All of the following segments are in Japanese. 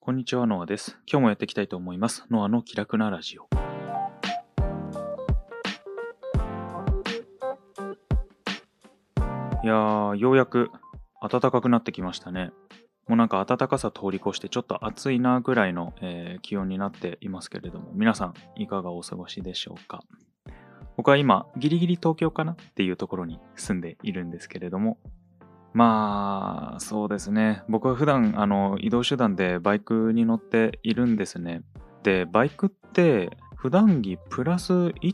こんにちは、ノアです。今日もやっていきたいと思います。ノアの気楽なラジオ。いやー、ようやく暖かくなってきましたね。もうなんか暖かさ通り越してちょっと暑いなぐらいの、気温になっていますけれども、皆さんいかがお過ごしでしょうか。僕は今、ギリギリ東京かなっていうところに住んでいるんですけれども、まあ、そうですね。僕は普段、移動手段でバイクに乗っているんですね。で、バイクって普段着プラス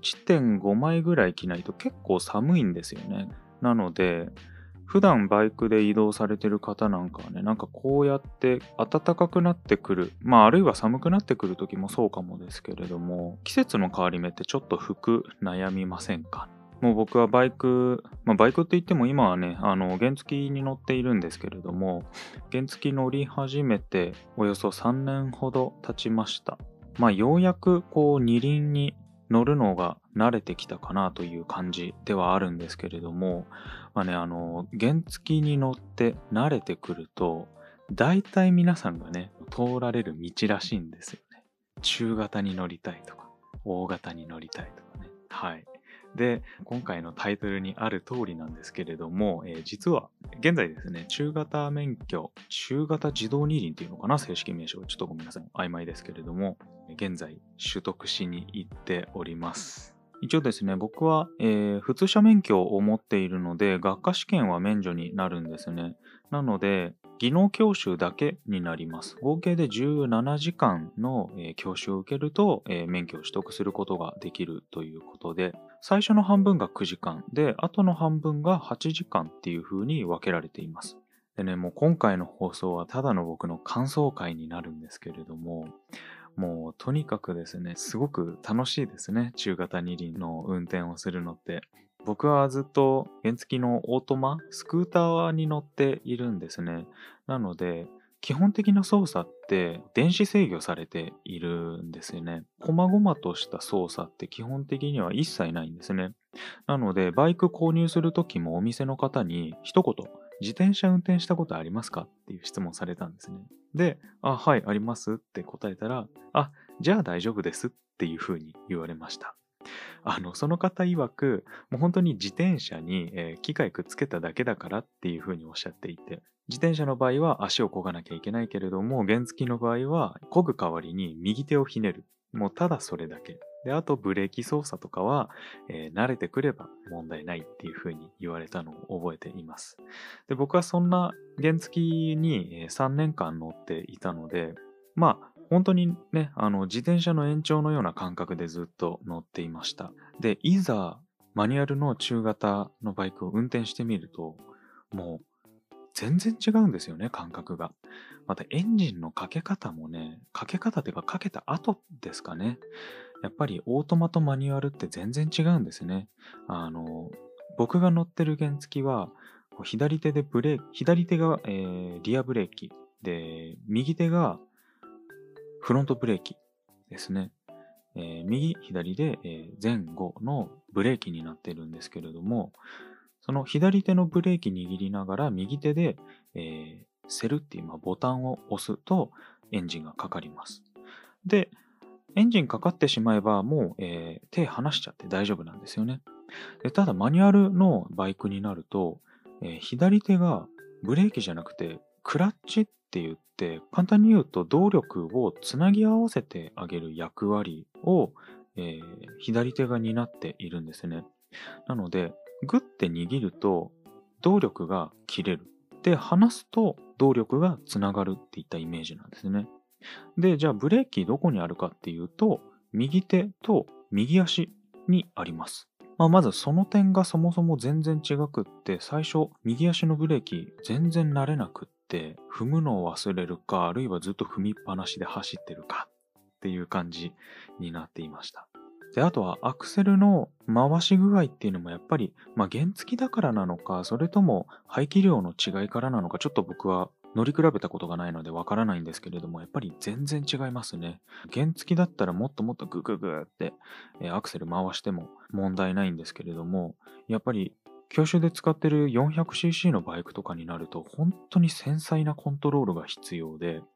1.5枚ぐらい着ないと結構寒いんですよね。なので、普段バイクで移動されてる方なんかはね、なんかこうやって暖かくなってくる、まああるいは寒くなってくる時もそうかもですけれども、季節の変わり目ってちょっと服悩みませんか？もう僕はバイク、バイクって言っても今はね、原付に乗っているんですけれども、原付乗り始めておよそ3年ほど経ちました。ようやくこう二輪に乗るのが慣れてきたかなという感じではあるんですけれども、原付に乗って慣れてくると、大体皆さんがね、通られる道らしいんですよね。中型に乗りたいとか、大型に乗りたいとかね。はい。で、今回のタイトルにある通りなんですけれども、実は現在ですね、中型自動二輪っていうのかな、正式名称。ちょっとごめんなさい。曖昧ですけれども、現在取得しに行っております。一応ですね、僕は、普通車免許を持っているので、学科試験は免除になるんですね。なので、技能教習だけになります。合計で17時間の、教習を受けると、免許を取得することができるということで、最初の半分が9時間で、後の半分が8時間っていう風に分けられています。でね、もう今回の放送はただの僕の感想会になるんですけれども、もうとにかくですね、すごく楽しいですね。中型二輪の運転をするのって。僕はずっと原付のオートマ、スクーターに乗っているんですね。なので、基本的な操作って電子制御されているんですよね。細々とした操作って基本的には一切ないんですね。なので、バイク購入するときもお店の方に一言、自転車運転したことありますかっていう質問されたんですね。で、はい、ありますって答えたら、じゃあ大丈夫ですっていうふうに言われました。その方曰く、もう本当に自転車に、機械くっつけただけだからっていうふうにおっしゃっていて、自転車の場合は足を漕がなきゃいけないけれども、原付の場合は漕ぐ代わりに右手をひねる。もうただそれだけ。で、あとブレーキ操作とかは、慣れてくれば問題ないっていうふうに言われたのを覚えています。で、僕はそんな原付に3年間乗っていたので、本当にね、自転車の延長のような感覚でずっと乗っていました。で、いざ、マニュアルの中型のバイクを運転してみると、もう、全然違うんですよね、感覚が。また、エンジンのかけ方もね、かけ方っていうか、かけた後ですかね。やっぱり、オートマとマニュアルって全然違うんですね。あの、僕が乗ってる原付は、左手が、リアブレーキ。で、右手がフロントブレーキですね。右、左で、前後のブレーキになっているんですけれども、その左手のブレーキ握りながら右手で、セルっていうボタンを押すとエンジンがかかります。で、エンジンかかってしまえばもう、手離しちゃって大丈夫なんですよね。でただマニュアルのバイクになると、左手がブレーキじゃなくてクラッチって言って、簡単に言うと動力をつなぎ合わせてあげる役割を、左手が担っているんですね。なので、グッて握ると動力が切れる。で、離すと動力がつながるっていったイメージなんですね。で、じゃあブレーキどこにあるかっていうと、右手と右足にあります。まずその点がそもそも全然違くって、最初、右足のブレーキ全然慣れなくって、踏むのを忘れるか、あるいはずっと踏みっぱなしで走ってるかっていう感じになっていました。で、あとはアクセルの回し具合っていうのもやっぱり、原付だからなのか、それとも排気量の違いからなのか、ちょっと僕は乗り比べたことがないのでわからないんですけれども、やっぱり全然違いますね。原付だったらもっともっとグググって、アクセル回しても問題ないんですけれども、やっぱり教習で使ってる 400cc のバイクとかになると、本当に繊細なコントロールが必要で、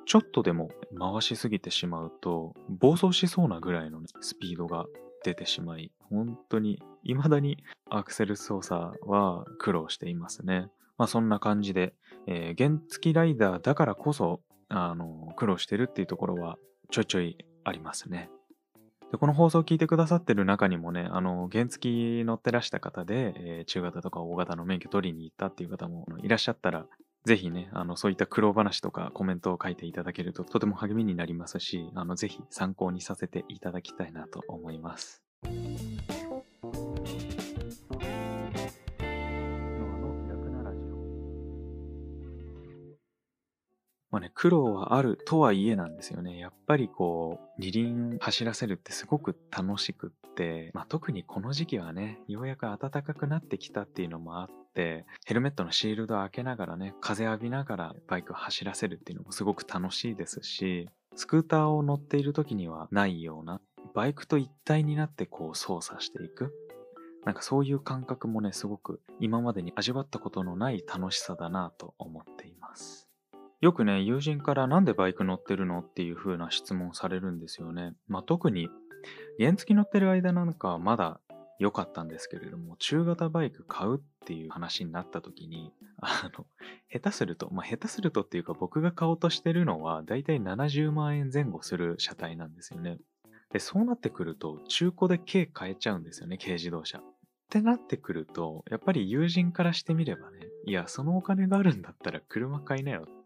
ちょっとでも回しすぎてしまうと、暴走しそうなぐらいのね、スピードが出てしまい、本当に未だにアクセル操作は苦労していますね。まあそんな感じで、原付ライダーだからこそ、苦労してるっていうところはちょいちょいありますね。で、この放送を聞いてくださってる中にもね、原付乗ってらした方で、中型とか大型の免許取りに行ったっていう方もいらっしゃったら、ぜひね、そういった苦労話とかコメントを書いていただけるととても励みになりますし、ぜひ参考にさせていただきたいなと思います。まあね、苦労はあるとはいえなんですよね。やっぱりこう、二輪走らせるってすごく楽しくって、まあ特にこの時期はね、ようやく暖かくなってきたっていうのもあって、ヘルメットのシールドを開けながらね、風浴びながらバイクを走らせるっていうのもすごく楽しいですし、スクーターを乗っている時にはないような、バイクと一体になってこう操作していく。なんかそういう感覚もね、すごく今までに味わったことのない楽しさだなと思っています。よくね、友人からなんでバイク乗ってるのっていう風な質問されるんですよね。まあ、特に原付乗ってる間なんかはまだ良かったんですけれども、中型バイク買うっていう話になった時に、下手するとっていうか僕が買おうとしてるのはだいたい70万円前後する車体なんですよね。で、そうなってくると中古で軽買えちゃうんですよね、軽自動車。ってなってくると、やっぱり友人からしてみればね、いや、そのお金があるんだったら車買いなよって、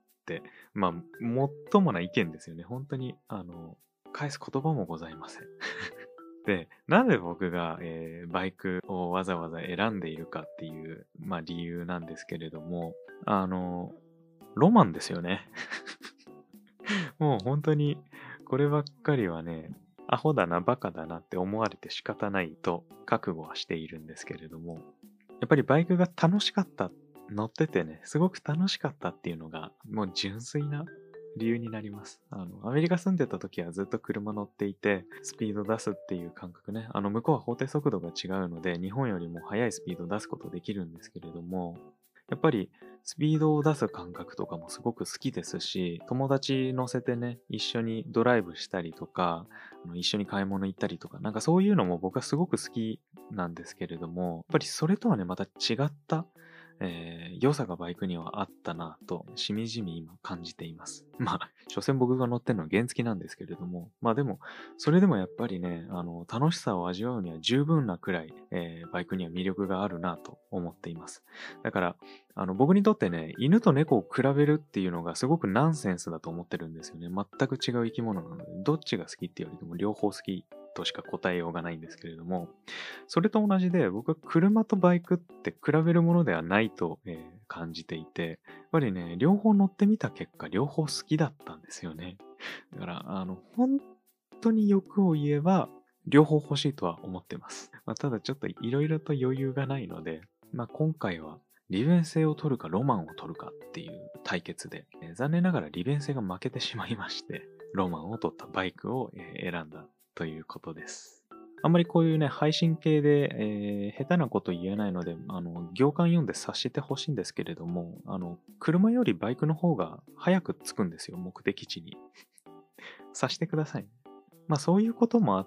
まあ、もっともな意見ですよね。本当に、返す言葉もございません。で、なんで僕が、バイクをわざわざ選んでいるかっていう、まあ、理由なんですけれども、ロマンですよね。もう本当に、こればっかりはね、アホだな、バカだなって思われて仕方ないと覚悟はしているんですけれども、やっぱりバイクが楽しかった、乗っててね、すごく楽しかったっていうのが、もう純粋な理由になります。アメリカ住んでた時はずっと車乗っていて、スピード出すっていう感覚ね、向こうは法定速度が違うので、日本よりも速いスピードを出すことできるんですけれども、やっぱりスピードを出す感覚とかもすごく好きですし、友達乗せてね、一緒にドライブしたりとか、一緒に買い物行ったりとか、なんかそういうのも僕はすごく好きなんですけれども、やっぱりそれとはね、また違った、良さがバイクにはあったなと、しみじみ今感じています。まあ、所詮僕が乗ってるのは原付なんですけれども、まあでも、それでもやっぱりね、楽しさを味わうには十分なくらい、バイクには魅力があるなと思っています。だから、僕にとってね、犬と猫を比べるっていうのがすごくナンセンスだと思ってるんですよね。全く違う生き物なので、どっちが好きって言われても両方好きとしか答えようがないんですけれども、それと同じで、僕は車とバイクって比べるものではないと、感じていて、やっぱりね、両方乗ってみた結果、両方好きだったんですよね。だから、本当に欲を言えば、両方欲しいとは思ってます。まあ、ただちょっといろいろと余裕がないので、まあ、今回は利便性を取るかロマンを取るかっていう対決で、残念ながら利便性が負けてしまいまして、ロマンを取ったバイクを、選んだということです。あんまりこういうね、配信系で、下手なこと言えないので、行間読んで察してほしいんですけれども、車よりバイクの方が早く着くんですよ、目的地に。察してください。まあそういうこともあって、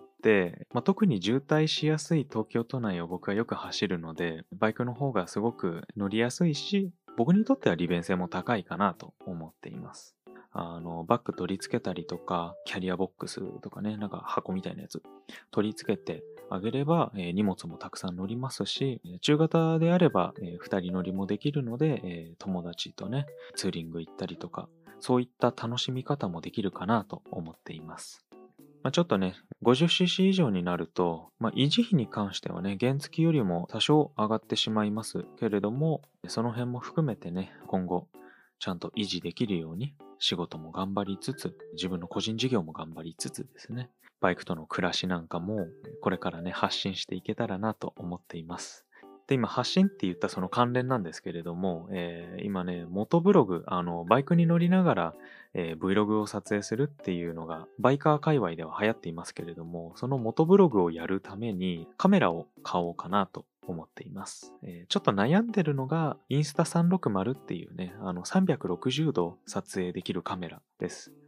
まあ、特に渋滞しやすい東京都内を僕はよく走るので、バイクの方がすごく乗りやすいし、僕にとっては利便性も高いかなと思っています。バッグ取り付けたりとか、キャリアボックスとかね、なんか箱みたいなやつ取り付けてあげれば、荷物もたくさん乗りますし、中型であれば、2人乗りもできるので、友達とね、ツーリング行ったりとか、そういった楽しみ方もできるかなと思っています。まあ、ちょっとね、50cc 以上になると、まあ、維持費に関してはね、原付よりも多少上がってしまいますけれども、その辺も含めてね、今後、ちゃんと維持できるように、仕事も頑張りつつ、自分の個人事業も頑張りつつですね、バイクとの暮らしなんかも、これからね、発信していけたらなと思っています。で、今、発信って言ったその関連なんですけれども、今ね、元ブログ、バイクに乗りながら、Vlog を撮影するっていうのが、バイカー界隈では流行っていますけれども、その元ブログをやるためにカメラを買おうかなと思っています。ちょっと悩んでるのが、インスタ360っていうね、360度撮影できるカメラです。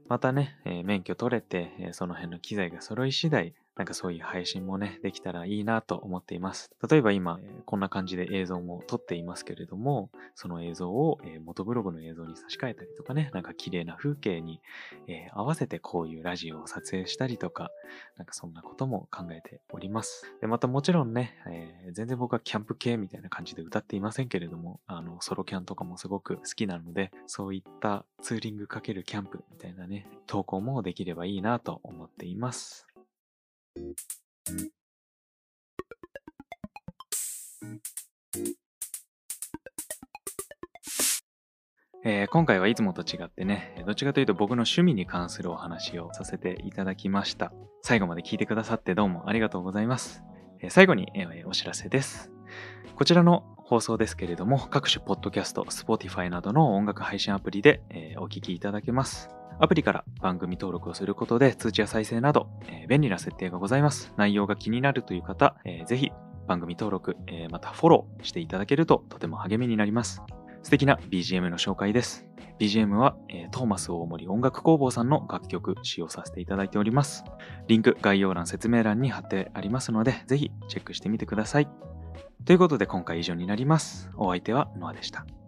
またね、免許取れて、その辺の機材が揃い次第、なんかそういう配信もね、できたらいいなと思っています。例えば今、こんな感じで映像も撮っていますけれども、その映像を、元ブログの映像に差し替えたりとかね、なんか綺麗な風景に、合わせてこういうラジオを撮影したりとか、なんかそんなことも考えております。で、またもちろんね、全然僕はキャンプ系みたいな感じで歌っていませんけれども、ソロキャンとかもすごく好きなので、そういったツーリングかけるキャンプみたいなね、投稿もできればいいなと思っています。今回はいつもと違ってね、どっちかというと僕の趣味に関するお話をさせていただきました。最後まで聞いてくださってどうもありがとうございます。最後に、お知らせです。こちらの放送ですけれども、各種ポッドキャスト、Spotify などの音楽配信アプリで、お聞きいただけます。アプリから番組登録をすることで通知や再生など、便利な設定がございます。内容が気になるという方、ぜひ番組登録、またフォローしていただけるととても励みになります。素敵な BGM の紹介です。BGM は、トーマス大森音楽工房さんの楽曲使用させていただいております。リンク概要欄説明欄に貼ってありますので、ぜひチェックしてみてください。ということで今回以上になります。お相手はノアでした。